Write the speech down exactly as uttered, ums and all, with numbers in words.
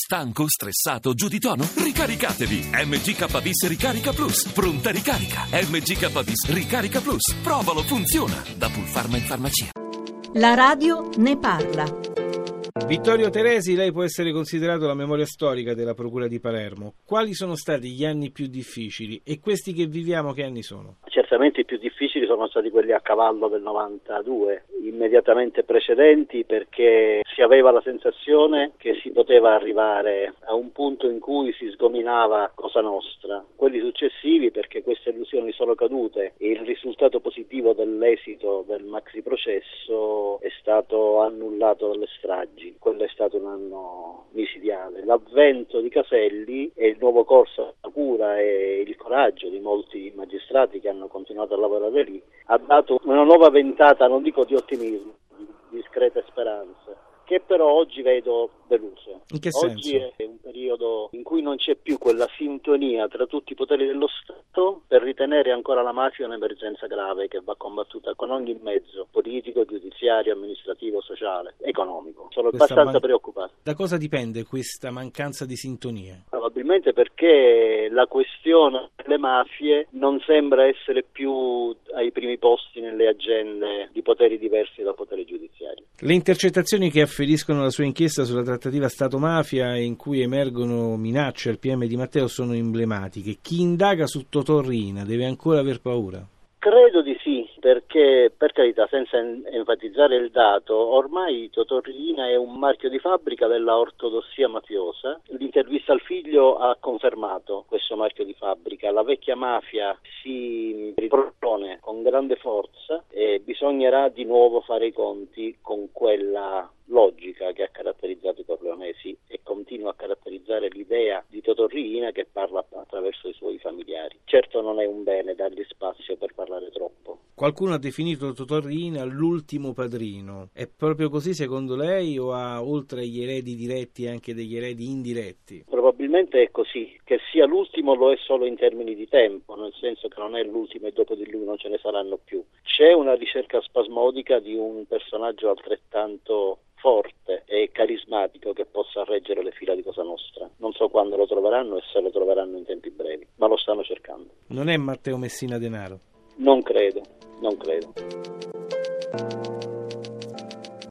Stanco, stressato, giù di tono? Ricaricatevi! M G K Bis Ricarica Plus. Pronta ricarica. M G K Bis Ricarica Plus. Provalo, funziona. Da Pulpharma in farmacia. La radio ne parla. Vittorio Teresi, lei può essere considerato la memoria storica della Procura di Palermo. Quali sono stati gli anni più difficili e questi che viviamo che anni sono? Certamente i più difficili sono stati quelli a cavallo del novantadue, immediatamente precedenti, perché si aveva la sensazione che si poteva arrivare a un punto in cui si sgominava Cosa Nostra. Quelli successivi, perché queste illusioni sono cadute e il risultato positivo dell'esito del maxi processo è stato annullato dalle stragi. Quello è stato un anno micidiale. L'avvento di Caselli e il nuovo corso alla cura e il coraggio di molti magistrati che hanno continuato a lavorare lì ha dato una nuova ventata, non dico di ottimismo, di discrete speranze, che però oggi vedo deluso. In che oggi senso? È un periodo in cui non c'è più quella sintonia tra tutti i poteri dello Stato per ritenere ancora la mafia un'emergenza grave che va combattuta con ogni mezzo, politico, giudiziario, amministrativo, sociale, economico. Sono Questa abbastanza man- preoccupato. Da cosa dipende questa mancanza di sintonia? Probabilmente perché la questione delle mafie non sembra essere più ai primi posti nelle agende di poteri diversi dal potere giudiziario. Le intercettazioni che afferiscono la sua inchiesta sulla trattativa Stato-mafia e in cui emergono minacce al P M di Matteo sono emblematiche. Chi indaga su Totò Riina deve ancora aver paura? Credo di sì, perché per carità, senza en- enfatizzare il dato, ormai Totò Riina è un marchio di fabbrica della ortodossia mafiosa. L'intervista al figlio ha confermato questo marchio di fabbrica. La vecchia mafia si ripropone con grande forza e bisognerà di nuovo fare i conti con quella logica che ha caratterizzato i corleonesi e continua a caratterizzare l'idea di Totò Riina, che parla attraverso i suoi familiari. Certo non è un bene dargli spazio per parlare troppo. Qualcuno ha definito Totò Riina l'ultimo padrino. È proprio così secondo lei o ha oltre agli eredi diretti anche degli eredi indiretti? Probabilmente è così, che sia l'ultimo lo è solo in termini di tempo, nel senso che non è l'ultimo e dopo di lui non ce ne saranno più. C'è una ricerca spasmodica di un personaggio altrettanto forte e carismatico che possa reggere le fila di Cosa Nostra. Non so quando lo troveranno e se lo troveranno in tempi brevi, ma lo stanno cercando. Non è Matteo Messina Denaro? Non credo, non credo.